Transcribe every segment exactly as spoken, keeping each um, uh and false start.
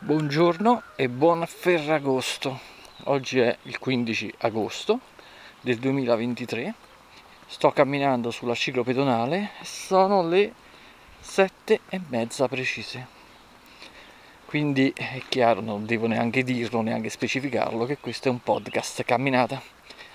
Buongiorno e buon Ferragosto. Oggi è il quindici agosto del duemilaventitré. Sto camminando sulla ciclopedonale e sono le sette e mezza precise. Quindi è chiaro, non devo neanche dirlo, neanche specificarlo, che questo è un podcast camminata.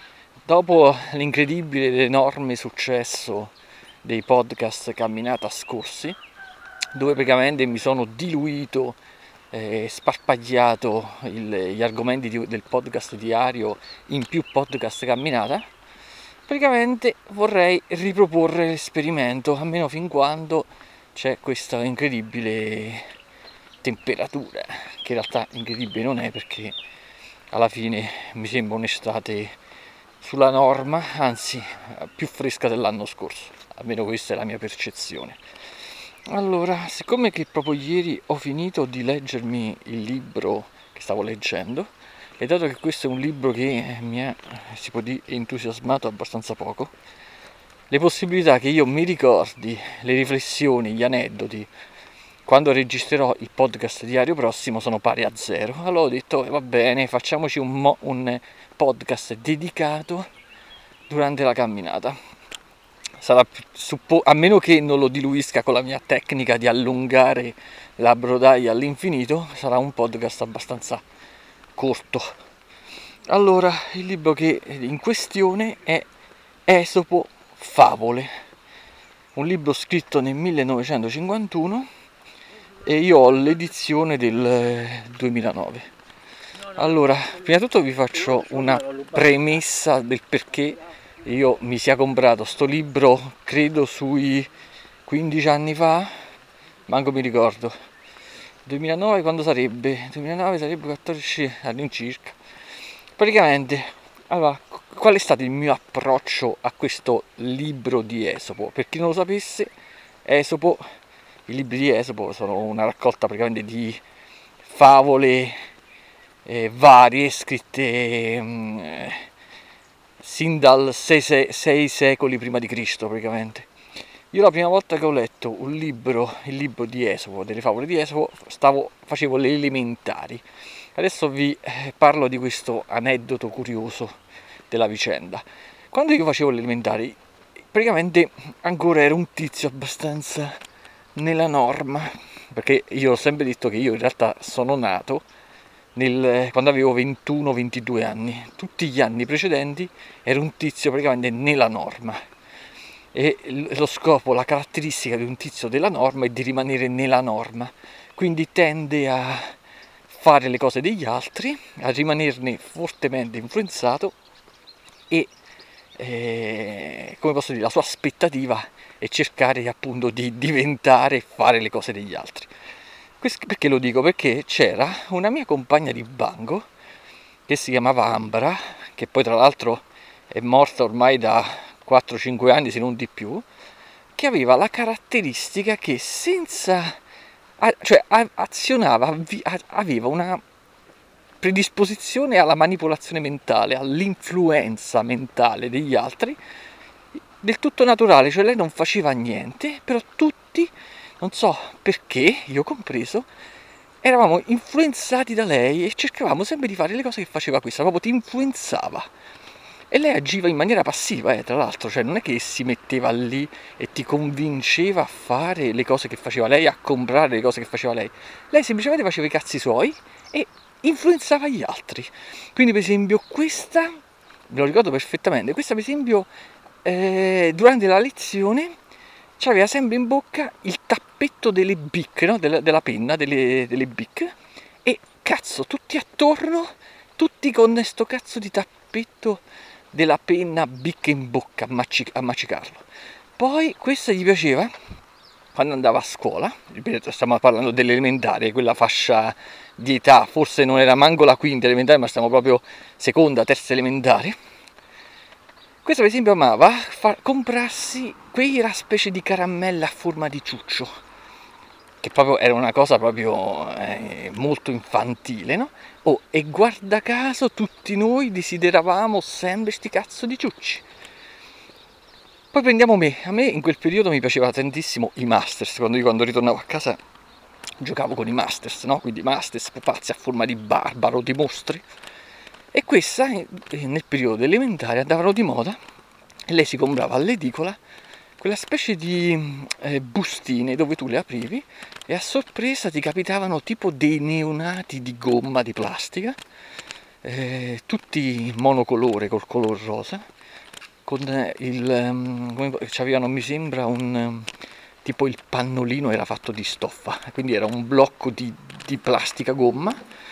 Dopo l'incredibile ed enorme successo dei podcast camminata scorsi, dove praticamente mi sono diluito Eh, sparpagliato il, gli argomenti di, del podcast diario in più podcast camminata, praticamente vorrei riproporre l'esperimento, almeno fin quando c'è questa incredibile temperatura, che in realtà incredibile non è, perché alla fine mi sembra un'estate sulla norma, anzi più fresca dell'anno scorso, almeno questa è la mia percezione. Allora, siccome che proprio ieri ho finito di leggermi il libro che stavo leggendo, e dato che questo è un libro che mi ha, si può dire, entusiasmato abbastanza poco, le possibilità che io mi ricordi le riflessioni, gli aneddoti, quando registrerò il podcast diario prossimo sono pari a zero. Allora ho detto, eh, va bene, facciamoci un, mo- un podcast dedicato durante la camminata. Sarà, suppo- a meno che non lo diluisca con la mia tecnica di allungare la brodaia all'infinito, sarà un podcast abbastanza corto. Allora, il libro che in questione è Esopo Favole, un libro scritto nel millenovecentocinquantuno e io ho l'edizione del duemilanove. Allora, prima di tutto vi faccio una premessa del perché io mi sia comprato sto libro, credo sui quindici anni fa, manco mi ricordo. duemilanove quando sarebbe? duemilanove sarebbe quattordici all'incirca. Praticamente, allora, qual è stato il mio approccio a questo libro di Esopo? Per chi non lo sapesse, Esopo, i libri di Esopo sono una raccolta praticamente di favole eh, varie scritte mh, sin dal sei secoli prima di Cristo praticamente. Io la prima volta che ho letto un libro, il libro di Esopo, delle favole di Esopo, stavo, facevo le elementari. Adesso vi parlo di questo aneddoto curioso della vicenda. Quando io facevo le elementari, praticamente ancora ero un tizio abbastanza nella norma, perché io ho sempre detto che io in realtà sono nato nel, quando avevo ventuno ventidue anni. Tutti gli anni precedenti ero un tizio praticamente nella norma, e lo scopo, la caratteristica di un tizio della norma è di rimanere nella norma, quindi tende a fare le cose degli altri, a rimanerne fortemente influenzato e eh, come posso dire, la sua aspettativa è cercare appunto di diventare e fare le cose degli altri. Questo perché lo dico? Perché c'era una mia compagna di banco che si chiamava Ambra, che poi tra l'altro è morta ormai da quattro cinque anni se non di più, che aveva la caratteristica che senza, cioè azionava, aveva una predisposizione alla manipolazione mentale, all'influenza mentale degli altri, del tutto naturale, cioè lei non faceva niente, però tutti, non so perché, io compreso, eravamo influenzati da lei e cercavamo sempre di fare le cose che faceva questa, proprio ti influenzava. E lei agiva in maniera passiva, eh, tra l'altro, cioè non è che si metteva lì e ti convinceva a fare le cose che faceva lei, a comprare le cose che faceva lei. Lei semplicemente faceva i cazzi suoi e influenzava gli altri. Quindi per esempio questa, me lo ricordo perfettamente, questa per esempio eh, durante la lezione c'aveva sempre in bocca il tappetto delle Bic, no? della, della penna, delle, delle Bic, e cazzo, tutti attorno, tutti con sto cazzo di tappetto della penna Bic in bocca a, macic- a macicarlo. Poi questa gli piaceva quando andava a scuola, ripeto, stiamo parlando dell'elementare, quella fascia di età, forse non era manco la quinta elementare, ma stiamo proprio seconda, terza elementare. Questo per esempio amava far, comprarsi quella specie di caramella a forma di ciuccio, che proprio era una cosa proprio eh, molto infantile, no? Oh, e guarda caso tutti noi desideravamo sempre sti cazzo di ciucci. Poi prendiamo me, a me in quel periodo mi piaceva tantissimo i Masters, quando io quando ritornavo a casa giocavo con i Masters, no? Quindi Masters, pupazzi a forma di barbaro, di mostri. E questa, nel periodo elementare, andavano di moda e lei si comprava all'edicola quella specie di eh, bustine dove tu le aprivi e a sorpresa ti capitavano tipo dei neonati di gomma, di plastica, eh, tutti monocolore col color rosa, con il, um, come c'avevano, mi sembra, un um, tipo il pannolino era fatto di stoffa, quindi era un blocco di, di plastica gomma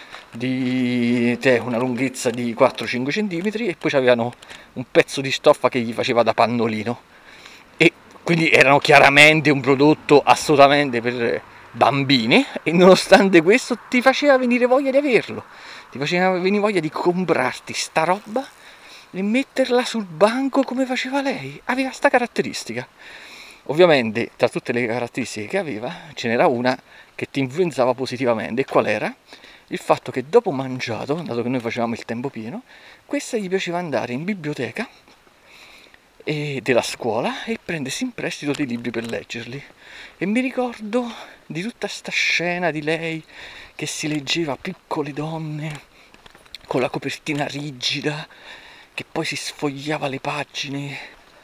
di te, una lunghezza di quattro cinque centimetri, e poi c'avevano un pezzo di stoffa che gli faceva da pannolino, e quindi erano chiaramente un prodotto assolutamente per bambini, e nonostante questo ti faceva venire voglia di averlo, ti faceva venire voglia di comprarti sta roba e metterla sul banco come faceva lei. Aveva sta caratteristica. Ovviamente tra tutte le caratteristiche che aveva ce n'era una che ti influenzava positivamente, e qual era? Il fatto che dopo mangiato, dato che noi facevamo il tempo pieno, questa gli piaceva andare in biblioteca e della scuola e prendersi in prestito dei libri per leggerli. E mi ricordo di tutta sta scena di lei che si leggeva Piccole donne con la copertina rigida, che poi si sfogliava le pagine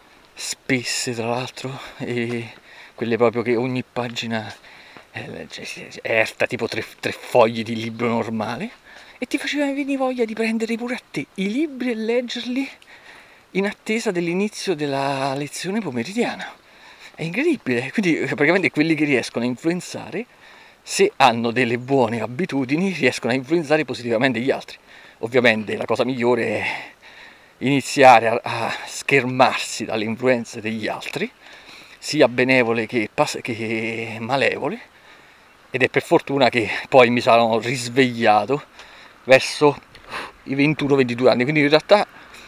spesse, tra l'altro, e quelle proprio che ogni pagina eh, erta tipo tre, tre fogli di libro normale, e ti faceva venire voglia di prendere pure a te i libri e leggerli in attesa dell'inizio della lezione pomeridiana. È incredibile. Quindi praticamente quelli che riescono a influenzare, se hanno delle buone abitudini, riescono a influenzare positivamente gli altri. Ovviamente la cosa migliore è iniziare a, a schermarsi dalle influenze degli altri, sia benevole che, pas- che malevole, ed è per fortuna che poi mi sono risvegliato verso i ventuno ventidue anni, quindi in realtà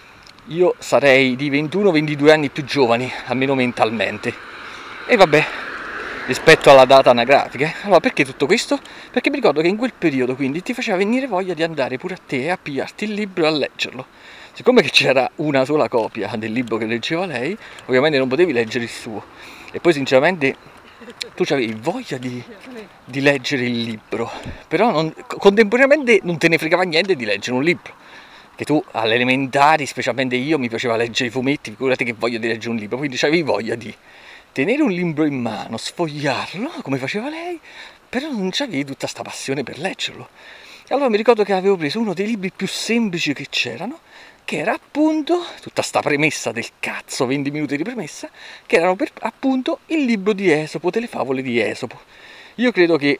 io sarei di ventuno ventidue anni più giovani, almeno mentalmente. E vabbè, rispetto alla data anagrafica. Allora, perché tutto questo? Perché mi ricordo che in quel periodo quindi ti faceva venire voglia di andare pure a te a pigliarti il libro e a leggerlo. Siccome che c'era una sola copia del libro che leggeva lei, ovviamente non potevi leggere il suo. E poi sinceramente tu avevi voglia di, di leggere il libro, però non, contemporaneamente non te ne fregava niente di leggere un libro. Che tu alle elementari, specialmente io, mi piaceva leggere i fumetti, figurati che voglia di leggere un libro, quindi avevi voglia di tenere un libro in mano, sfogliarlo come faceva lei, però non c'avevi tutta sta passione per leggerlo. E allora mi ricordo che avevo preso uno dei libri più semplici che c'erano, che era appunto tutta sta premessa del cazzo, venti minuti di premessa, che erano per appunto il libro di Esopo, delle favole di Esopo. Io credo che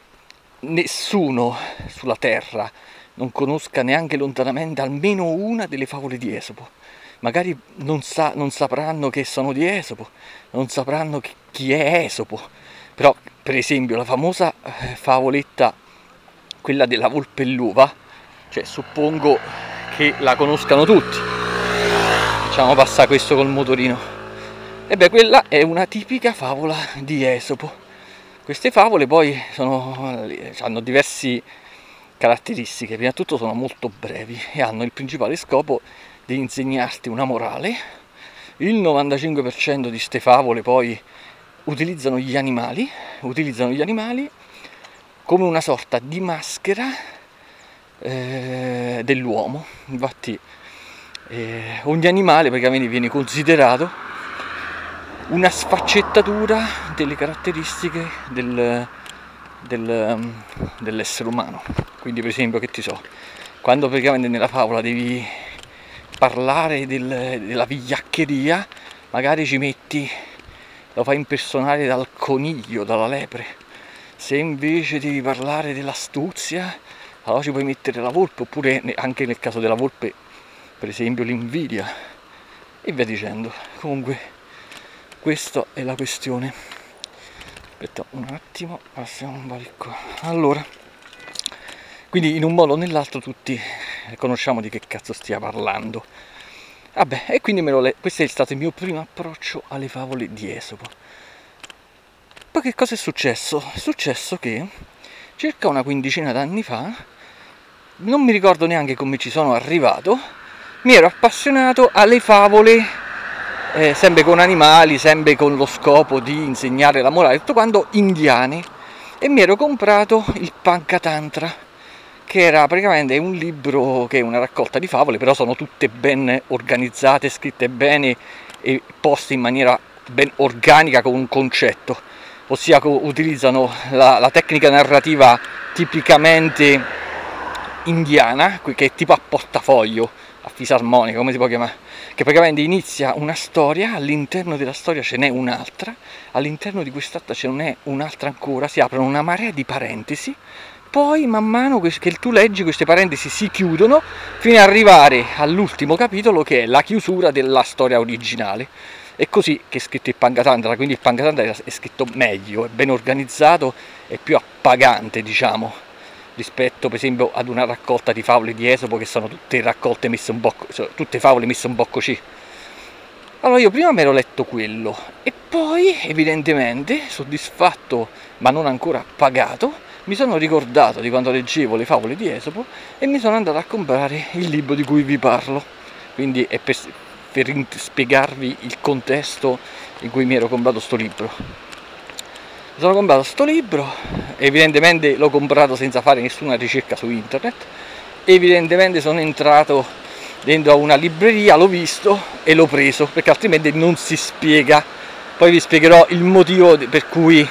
nessuno sulla terra non conosca neanche lontanamente almeno una delle favole di Esopo. Magari non, sa, non sapranno che sono di Esopo, non sapranno che, chi è Esopo, però per esempio la famosa eh, favoletta, quella della volpe e l'uva, cioè suppongo che la conoscano tutti. Facciamo passare questo col motorino. E beh, quella è una tipica favola di Esopo. Queste favole poi sono, hanno diverse caratteristiche. Prima di tutto sono molto brevi e hanno il principale scopo di insegnarti una morale. Il novantacinque per cento di ste favole poi utilizzano gli animali, utilizzano gli animali come una sorta di maschera eh, dell'uomo. Infatti eh, ogni animale praticamente viene considerato una sfaccettatura delle caratteristiche del, del, um, dell'essere umano. Quindi per esempio, che ti so, quando praticamente nella favola devi parlare del, della vigliaccheria, magari ci metti, lo fai impersonare dal coniglio, dalla lepre. Se invece devi parlare dell'astuzia, allora ci puoi mettere la volpe, oppure anche nel caso della volpe per esempio l'invidia, e via dicendo. Comunque questa è la questione. Aspetta un attimo, passiamo un po' di qua. Allora, quindi in un modo o nell'altro tutti conosciamo di che cazzo stia parlando. Vabbè, e quindi me lo le- questo è stato il mio primo approccio alle favole di Esopo. Poi che cosa è successo? È successo che circa una quindicina d'anni fa, non mi ricordo neanche come ci sono arrivato, mi ero appassionato alle favole, eh, sempre con animali, sempre con lo scopo di insegnare la morale, tutto quanto indiane. e mi ero comprato il Pancatantra, che era praticamente un libro che è una raccolta di favole, però sono tutte ben organizzate, scritte bene e poste in maniera ben organica con un concetto, ossia utilizzano la, la tecnica narrativa tipicamente indiana, che è tipo a portafoglio, a fisarmonica, come si può chiamare, che praticamente inizia una storia, all'interno della storia ce n'è un'altra, all'interno di quest'altra ce n'è un'altra ancora, si aprono una marea di parentesi, poi man mano che tu leggi queste parentesi si chiudono fino ad arrivare all'ultimo capitolo, che è la chiusura della storia originale. È così che è scritto il Pancatantra, quindi il Pancatantra è scritto meglio, è ben organizzato, è più appagante, diciamo, rispetto per esempio ad una raccolta di favole di Esopo, che sono tutte raccolte messe un bocco, tutte favole messe un bocco C. Allora io prima mi ero letto quello e poi evidentemente, soddisfatto ma non ancora pagato, mi sono ricordato di quando leggevo le favole di Esopo e mi sono andato a comprare il libro di cui vi parlo. Quindi è per, per spiegarvi il contesto in cui mi ero comprato sto libro. Mi sono comprato sto libro, evidentemente l'ho comprato senza fare nessuna ricerca su internet, evidentemente sono entrato dentro a una libreria, l'ho visto e l'ho preso, perché altrimenti non si spiega. Poi vi spiegherò il motivo per cui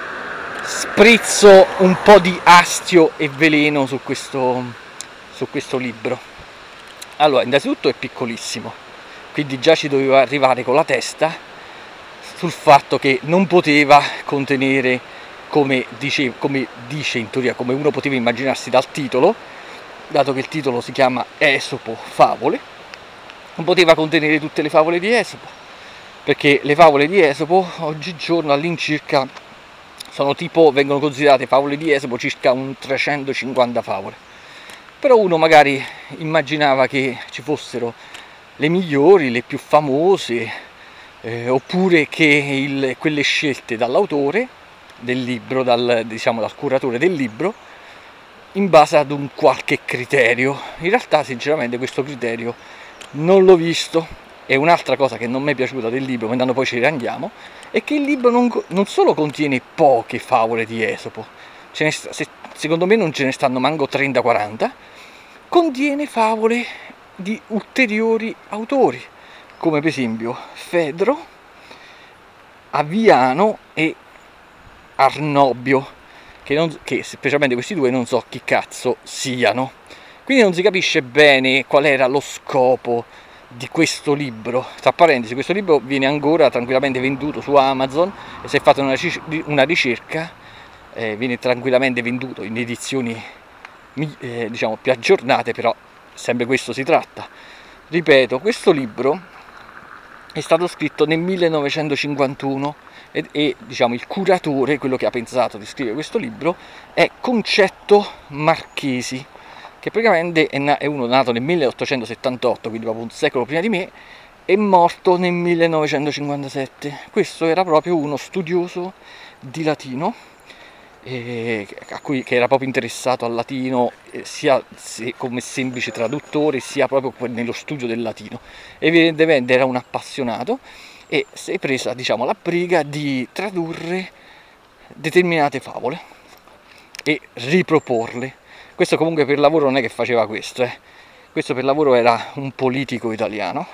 sprizzo un po' di astio e veleno su questo, su questo libro. Allora, innanzitutto è piccolissimo, quindi già ci dovevo arrivare con la testa sul fatto che non poteva contenere, come dice, come dice in teoria, come uno poteva immaginarsi dal titolo, dato che il titolo si chiama Esopo Favole, non poteva contenere tutte le favole di Esopo, perché le favole di Esopo oggigiorno all'incirca sono tipo, vengono considerate favole di Esopo circa un trecentocinquanta favole, però uno magari immaginava che ci fossero le migliori, le più famose, eh, oppure che il, quelle scelte dall'autore del libro, dal, diciamo dal curatore del libro, in base ad un qualche criterio. In realtà sinceramente questo criterio non l'ho visto. E un'altra cosa che non mi è piaciuta del libro, mentre poi ci riandiamo, è che il libro non, non solo contiene poche favole di Esopo, ce ne sta, se, secondo me non ce ne stanno manco trenta quaranta, contiene favole di ulteriori autori, come per esempio Fedro, Aviano e Arnobio, che, non, che specialmente questi due non so chi cazzo siano, quindi non si capisce bene qual era lo scopo di questo libro. Tra parentesi, questo libro viene ancora tranquillamente venduto su Amazon e se fate una, una ricerca eh, viene tranquillamente venduto in edizioni eh, diciamo più aggiornate, però sempre questo si tratta. Ripeto, questo libro è stato scritto nel millenovecentocinquantuno e, e diciamo il curatore, quello che ha pensato di scrivere questo libro, è Concetto Marchesi, che praticamente è, na- è uno nato nel milleottocentosettantotto, quindi proprio un secolo prima di me, e morto nel millenovecentocinquantasette. Questo era proprio uno studioso di latino, eh, a cui, che era proprio interessato al latino, eh, sia se, come semplice traduttore, sia proprio nello studio del latino. Evidentemente era un appassionato e si è presa, diciamo, la briga di tradurre determinate favole e riproporle. Questo comunque per lavoro non è che faceva questo, eh. Questo per lavoro era un politico italiano,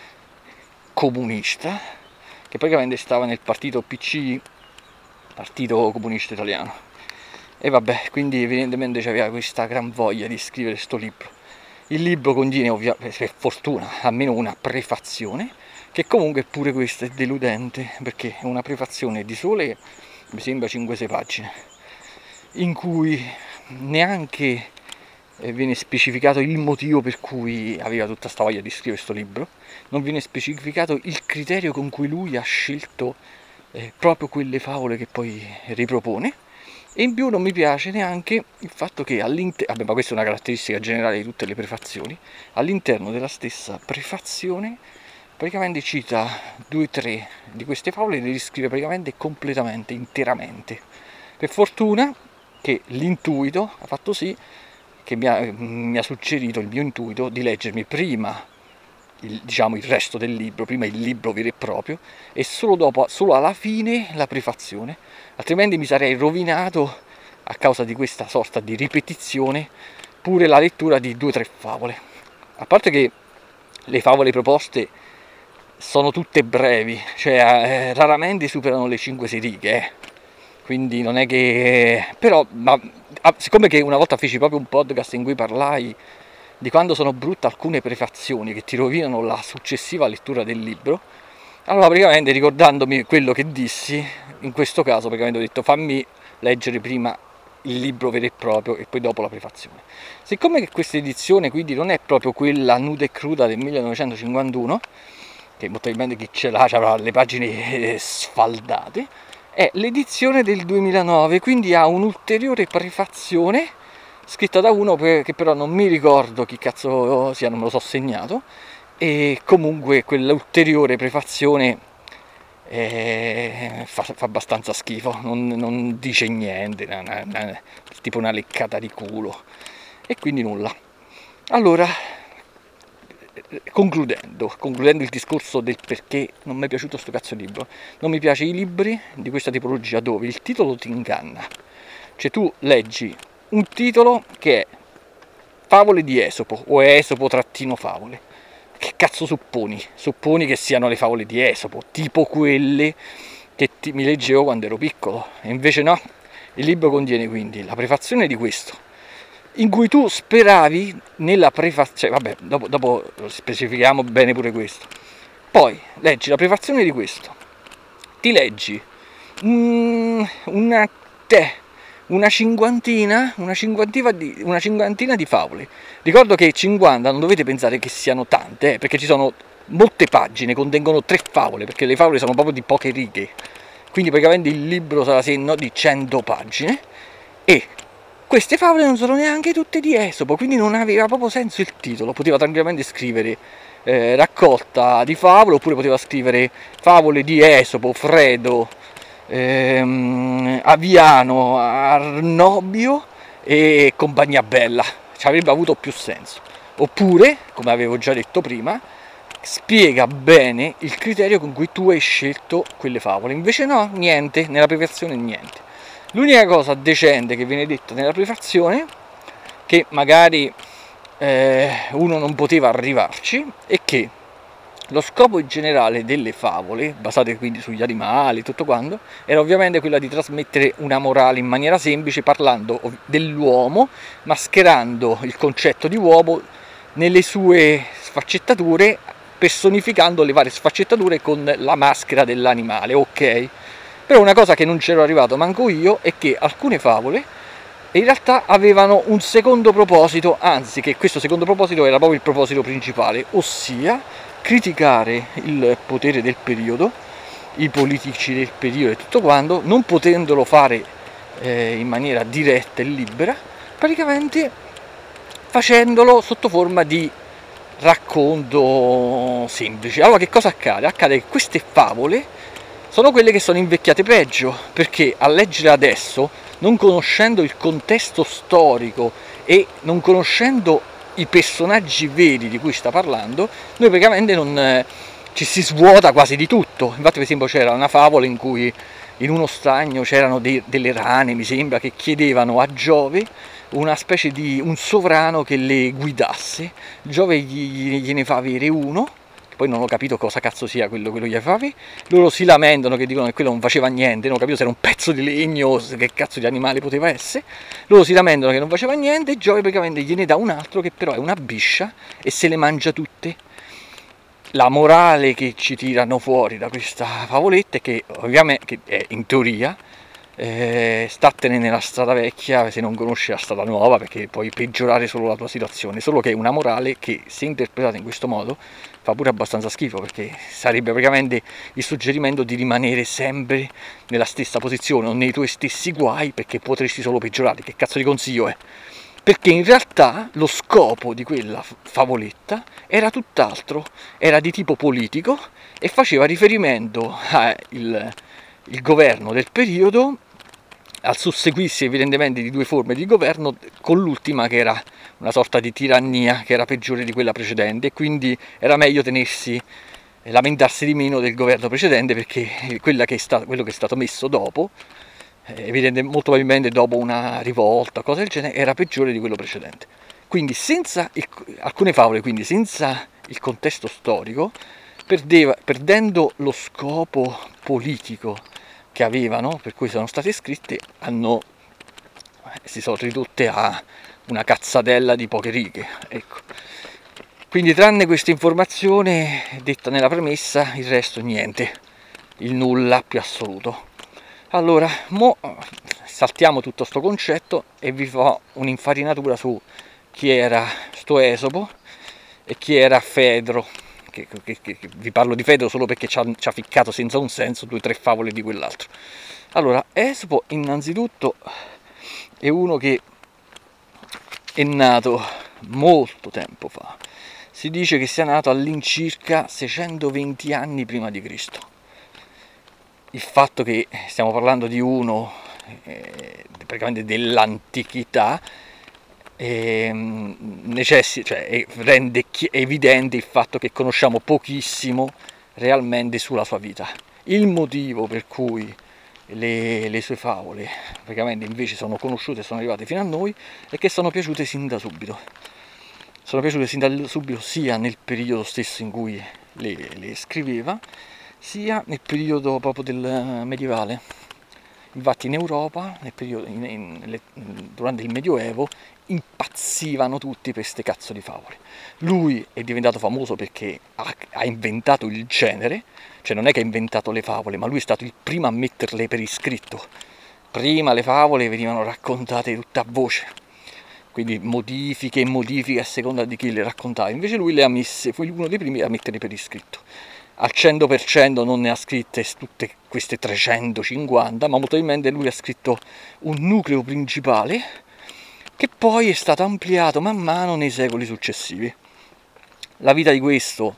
comunista, che praticamente stava nel partito P C, Partito Comunista Italiano. E vabbè, quindi evidentemente c'aveva questa gran voglia di scrivere sto libro. Il libro contiene, ovviamente, per fortuna, almeno una prefazione, che comunque pure questa è deludente, perché è una prefazione di sole, mi sembra cinque sei pagine, in cui neanche viene specificato il motivo per cui aveva tutta sta voglia di scrivere questo libro, non viene specificato il criterio con cui lui ha scelto eh, proprio quelle favole che poi ripropone, e in più non mi piace neanche il fatto che all'interno, vabbè, ma questa è una caratteristica generale di tutte le prefazioni, all'interno della stessa prefazione praticamente cita due o tre di queste favole e le riscrive praticamente completamente, interamente. Per fortuna che l'intuito ha fatto sì che mi ha, mi ha suggerito, il mio intuito, di leggermi prima il, diciamo, il resto del libro, prima il libro vero e proprio, e solo dopo, solo alla fine la prefazione, altrimenti mi sarei rovinato a causa di questa sorta di ripetizione, pure la lettura di due o tre favole. A parte che le favole proposte sono tutte brevi, cioè eh, raramente superano le cinque sei righe, eh. Quindi non è che... però, ma, siccome che una volta feci proprio un podcast in cui parlai di quando sono brutte alcune prefazioni che ti rovinano la successiva lettura del libro, allora praticamente ricordandomi quello che dissi, in questo caso praticamente ho detto fammi leggere prima il libro vero e proprio e poi dopo la prefazione. Siccome che questa edizione quindi non è proprio quella nuda e cruda del millenovecentocinquantuno, che probabilmente chi ce l'ha avrà le pagine sfaldate, è l'edizione del duemilanove, quindi ha un'ulteriore prefazione scritta da uno che però non mi ricordo chi cazzo sia, non me lo so segnato, e comunque quell'ulteriore prefazione eh, fa, fa abbastanza schifo, non, non dice niente, una, una, una, tipo una leccata di culo, e quindi nulla. Allora, concludendo, concludendo il discorso del perché non mi è piaciuto sto cazzo di libro, non mi piace i libri di questa tipologia dove il titolo ti inganna, cioè tu leggi un titolo che è Favole di Esopo o Esopo trattino favole. Che cazzo supponi? Supponi che siano le favole di Esopo, tipo quelle che ti, mi leggevo quando ero piccolo, e invece no. Il libro contiene quindi la prefazione di questo, in cui tu speravi nella prefazione, vabbè, dopo, dopo specifichiamo bene pure questo. Poi leggi la prefazione di questo, ti leggi mm, una te. Una cinquantina, una cinquantina, di, una cinquantina di favole. Ricordo che cinquanta non dovete pensare che siano tante, eh, perché ci sono molte pagine, contengono tre favole, perché le favole sono proprio di poche righe. Quindi praticamente il libro sarà segno di cento pagine, e queste favole non sono neanche tutte di Esopo, quindi non aveva proprio senso il titolo. Poteva tranquillamente scrivere eh, raccolta di favole, oppure poteva scrivere favole di Esopo, Fredo, Ehm, Aviano, Arnobio e compagnia bella, ci avrebbe avuto più senso. Oppure, come avevo già detto prima, spiega bene il criterio con cui tu hai scelto quelle favole. Invece no, niente, nella prefazione niente. L'unica cosa decente che viene detta nella prefazione, che magari eh, uno non poteva arrivarci, è che lo scopo generale delle favole, basate quindi sugli animali, tutto quanto, era ovviamente quella di trasmettere una morale in maniera semplice, parlando dell'uomo, mascherando il concetto di uomo nelle sue sfaccettature, personificando le varie sfaccettature con la maschera dell'animale, ok? Però una cosa che non c'ero arrivato manco io è che alcune favole in realtà avevano un secondo proposito, anzi che questo secondo proposito era proprio il proposito principale, ossia criticare il potere del periodo, i politici del periodo e tutto quanto, non potendolo fare eh, in maniera diretta e libera, praticamente facendolo sotto forma di racconto semplice. Allora che cosa accade? Accade che queste favole sono quelle che sono invecchiate peggio, perché a leggere adesso, non conoscendo il contesto storico e non conoscendo i personaggi veri di cui sta parlando, noi praticamente non eh, ci si svuota quasi di tutto. Infatti per esempio c'era una favola in cui in uno stagno c'erano dei, delle rane, mi sembra, che chiedevano a Giove una specie di un sovrano che le guidasse. Giove gli, gliene fa avere uno, poi non ho capito cosa cazzo sia quello che lo gli fa avere. Loro si lamentano, che dicono che quello non faceva niente, non ho capito se era un pezzo di legno, che cazzo di animale poteva essere. Loro si lamentano che non faceva niente, e Giove praticamente gliene dà un altro che però è una biscia e se le mangia tutte. La morale che ci tirano fuori da questa favoletta è che ovviamente, che è in teoria, eh, statene nella strada vecchia se non conosci la strada nuova, perché puoi peggiorare solo la tua situazione. Solo che è una morale che, se interpretata in questo modo, fa pure abbastanza schifo, perché sarebbe praticamente il suggerimento di rimanere sempre nella stessa posizione o nei tuoi stessi guai, perché potresti solo peggiorare. Che cazzo di consiglio è? Perché in realtà lo scopo di quella favoletta era tutt'altro, era di tipo politico e faceva riferimento al il governo del periodo, al susseguirsi evidentemente di due forme di governo, con l'ultima che era una sorta di tirannia che era peggiore di quella precedente, e quindi era meglio tenersi, lamentarsi di meno del governo precedente, perché quella che è stato, quello che è stato messo dopo evidente, molto probabilmente dopo una rivolta, cose del genere, era peggiore di quello precedente. Quindi senza il, alcune favole, quindi senza il contesto storico, perdeva, perdendo lo scopo politico che avevano, per cui sono state scritte, hanno, si sono ridotte a una cazzatella di poche righe, ecco. Quindi tranne questa informazione detta nella premessa, il resto niente, il nulla più assoluto. Allora, mo saltiamo tutto sto concetto e vi fa un'infarinatura su chi era sto Esopo e chi era Fedro, che, che, che, che vi parlo di Fedro solo perché ci ha, ci ha ficcato senza un senso due o tre favole di quell'altro. Allora, Esopo innanzitutto è uno che è nato molto tempo fa. Si dice che sia nato all'incirca seicentoventi anni prima di Cristo. Il fatto che stiamo parlando di uno eh, praticamente dell'antichità eh, necessita, cioè, rende evidente il fatto che conosciamo pochissimo realmente sulla sua vita. Il motivo per cui le, le sue favole praticamente invece sono conosciute e sono arrivate fino a noi è che sono piaciute sin da subito. Sono piaciute sin da subito sia nel periodo stesso in cui le, le scriveva, sia nel periodo proprio del medievale. Infatti in Europa, nel periodo, in, in, in, durante il Medioevo, impazzivano tutti per ste cazzo di favole. Lui è diventato famoso perché ha, ha inventato il genere, cioè non è che ha inventato le favole, ma lui è stato il primo a metterle per iscritto. Prima le favole venivano raccontate tutte a voce, quindi modifiche e modifiche a seconda di chi le raccontava. Invece lui le ha messe, fu uno dei primi a metterle per iscritto. Al cento per cento non ne ha scritte tutte queste trecentocinquanta, ma molto probabilmente lui ha scritto un nucleo principale che poi è stato ampliato man mano nei secoli successivi. La vita di questo,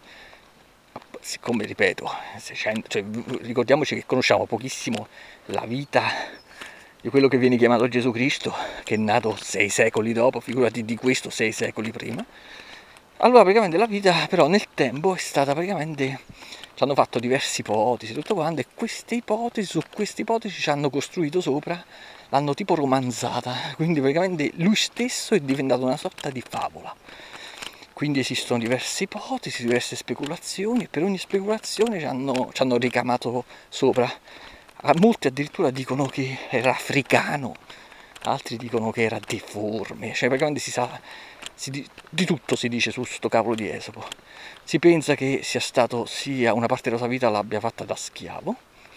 siccome ripeto, seicento, cioè, ricordiamoci che conosciamo pochissimo la vita di quello che viene chiamato Gesù Cristo, che è nato sei secoli dopo, figurati di questo sei secoli prima. Allora praticamente la vita però nel tempo è stata praticamente, ci hanno fatto diverse ipotesi, tutto quanto, e queste ipotesi, su queste ipotesi ci hanno costruito sopra, l'hanno tipo romanzata, quindi praticamente lui stesso è diventato una sorta di favola. Quindi esistono diverse ipotesi, diverse speculazioni, e per ogni speculazione ci hanno, ci hanno ricamato sopra. Molti addirittura dicono che era africano, altri dicono che era deforme, cioè praticamente si sa, si, di tutto si dice su sto cavolo di Esopo. Si pensa che sia stato, sia una parte della sua vita l'abbia fatta da schiavo,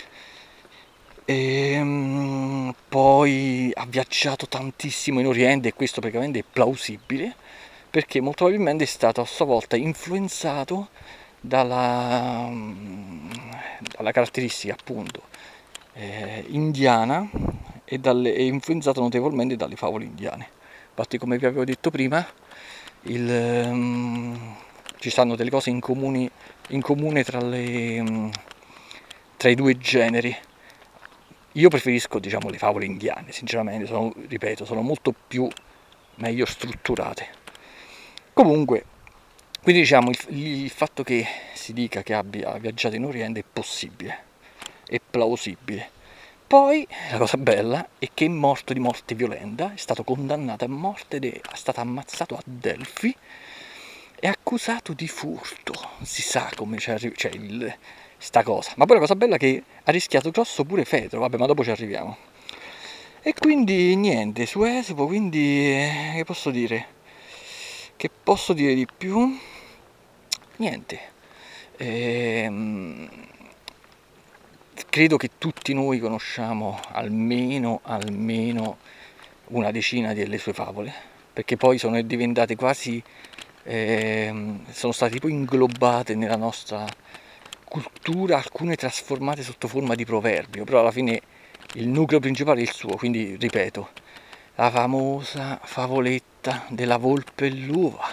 e um, poi ha viaggiato tantissimo in Oriente, e questo praticamente è plausibile, perché molto probabilmente è stato a sua volta influenzato dalla, dalla caratteristica appunto eh, indiana e dalle, è influenzato notevolmente dalle favole indiane. Infatti, come vi avevo detto prima, il, um, ci stanno delle cose in, comuni, in comune tra, le, um, tra i due generi. Io preferisco, diciamo, le favole indiane, sinceramente, sono, ripeto, sono molto più meglio strutturate. Comunque, quindi diciamo, il, il fatto che si dica che abbia viaggiato in Oriente è possibile, è plausibile. Poi la cosa bella è che è morto di morte violenta, è stato condannato a morte, ed è stato ammazzato a Delfi e accusato di furto. Si sa come c'è, c'è il, sta cosa. Ma poi la cosa bella è che ha rischiato grosso pure Fedro, vabbè, ma dopo ci arriviamo. E quindi niente, su Esopo, quindi eh, che posso dire? Che posso dire di più? Niente. Ehm... Credo che tutti noi conosciamo almeno, almeno una decina delle sue favole, perché poi sono diventate quasi, eh, sono state poi inglobate nella nostra cultura, alcune trasformate sotto forma di proverbio, però alla fine il nucleo principale è il suo, quindi ripeto, la famosa favoletta della volpe e l'uva,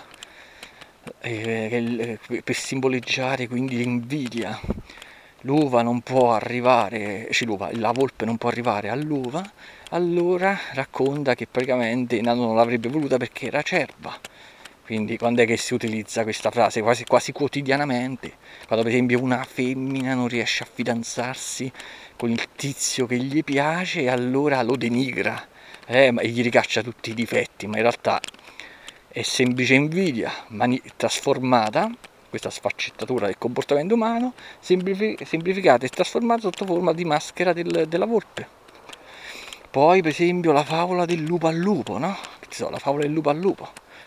eh, per simboleggiare quindi l'invidia. L'uva non può arrivare, cioè l'uva, la volpe non può arrivare all'uva, allora racconta che praticamente non l'avrebbe voluta perché era acerba, Quindi quando è che si utilizza questa frase? Quasi, quasi quotidianamente, quando per esempio una femmina non riesce a fidanzarsi con il tizio che gli piace e allora lo denigra, eh, e gli ricaccia tutti i difetti, ma in realtà è semplice invidia mani- trasformata, questa sfaccettatura del comportamento umano, semplifi- semplificata e trasformata sotto forma di maschera del- della volpe. Poi per esempio la favola del lupo al lupo, no? Che so, la favola del lupo al lupo.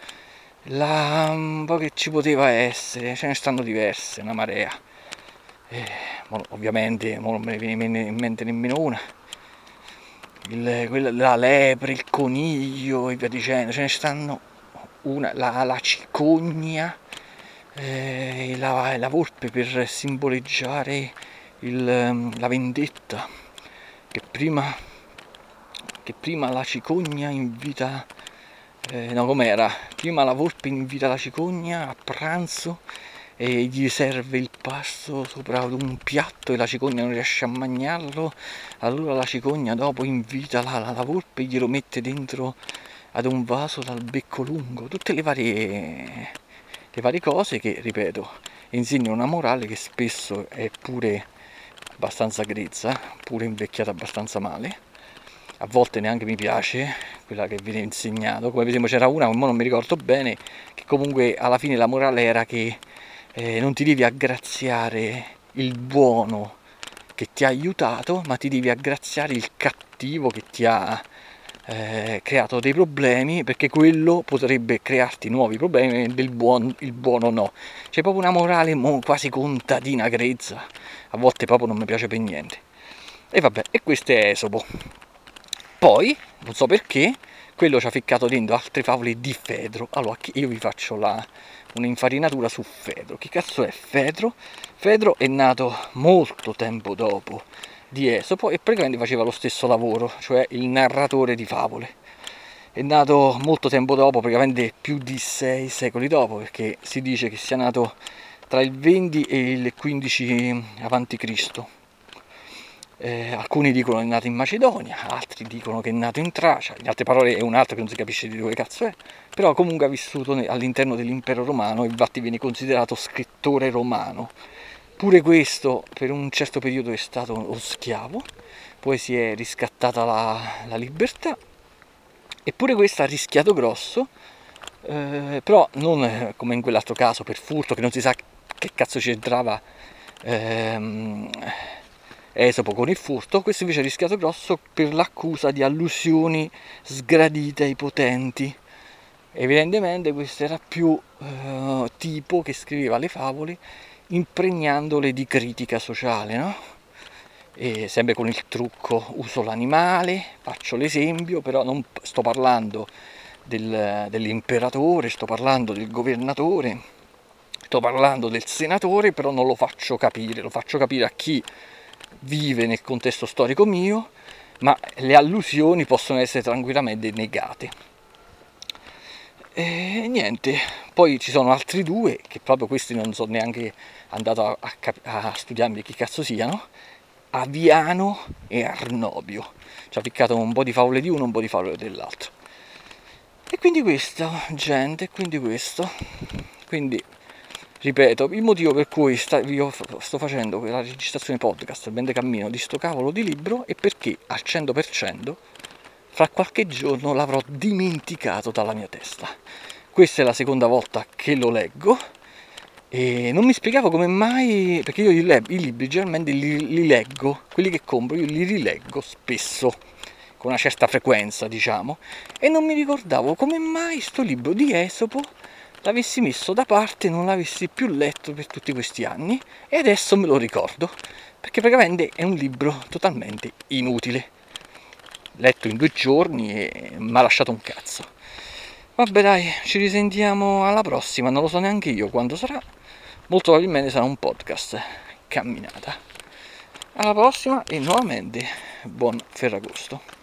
La, un po' che ci poteva essere, ce ne stanno diverse, una marea. Eh, ovviamente non me ne viene in mente nemmeno una. Il, quella, la lepre, il coniglio e via dicendo, ce ne stanno una, la, la cicogna, eh, la, la volpe per simboleggiare il, la vendetta, che prima, che prima la cicogna invita, eh, no com'era, prima la volpe invita la cicogna a pranzo e gli serve il pasto sopra un piatto e la cicogna non riesce a mangiarlo, allora la cicogna dopo invita la, la, la volpe e glielo mette dentro ad un vaso dal becco lungo, tutte le varie, le varie cose che, ripeto, insegnano una morale che spesso è pure abbastanza grezza, pure invecchiata abbastanza male, a volte neanche mi piace quella che viene insegnato, come per esempio c'era una, ma non mi ricordo bene, che comunque alla fine la morale era che eh, non ti devi aggraziare il buono che ti ha aiutato, ma ti devi aggraziare il cattivo che ti ha eh, creato dei problemi, perché quello potrebbe crearti nuovi problemi e del buon, il buono no. C'è proprio una morale mo, quasi contadina grezza, a volte proprio non mi piace per niente. E vabbè, e questo è Esopo. Poi, non so perché, quello ci ha ficcato dentro altre favole di Fedro. Allora, io vi faccio la, un'infarinatura su Fedro. Che cazzo è Fedro? Fedro è nato molto tempo dopo di Esopo e praticamente faceva lo stesso lavoro, cioè il narratore di favole. È nato molto tempo dopo, praticamente più di sei secoli dopo, perché si dice che sia nato tra il venti e il quindici avanti Cristo. Eh, alcuni dicono che è nato in Macedonia, altri dicono che è nato in Tracia, in altre parole è un altro che non si capisce di dove cazzo è, però comunque ha vissuto all'interno dell'impero romano e infatti viene considerato scrittore romano. Pure questo per un certo periodo è stato lo schiavo, poi si è riscattata la, la libertà, eppure questo ha rischiato grosso, eh, però non come in quell'altro caso per furto, che non si sa che cazzo c'entrava ehm, Esopo con il furto. Questo invece ha rischiato grosso per l'accusa di allusioni sgradite ai potenti. Evidentemente questo era più eh, tipo che scriveva le favole impregnandole di critica sociale, no? E sempre con il trucco, uso l'animale, faccio l'esempio, però non sto parlando del, dell'imperatore, sto parlando del governatore, sto parlando del senatore, però non lo faccio capire, lo faccio capire a chi vive nel contesto storico mio, ma le allusioni possono essere tranquillamente negate. E niente, poi ci sono altri due che proprio questi non sono neanche andato a, a, a studiarmi chi cazzo siano, Aviano e Arnobio. Ci ha piccato un po' di favole di uno, un po' di favole dell'altro. E quindi questo, gente, quindi questo. Quindi, ripeto, il motivo per cui sta, io sto facendo la registrazione podcast mentre cammino di sto cavolo di libro è perché al cento per cento fra qualche giorno l'avrò dimenticato dalla mia testa. Questa è la seconda volta che lo leggo e non mi spiegavo come mai, perché io i, le- i libri generalmente li, li leggo, quelli che compro io li rileggo spesso, con una certa frequenza diciamo, e non mi ricordavo come mai sto libro di Esopo l'avessi messo da parte e non l'avessi più letto per tutti questi anni, e adesso me lo ricordo, perché praticamente è un libro totalmente inutile, letto in due giorni e mi ha lasciato un cazzo. Vabbè dai, ci risentiamo alla prossima, non lo so neanche io quando sarà, molto probabilmente sarà un podcast camminata. Alla prossima e nuovamente buon Ferragosto.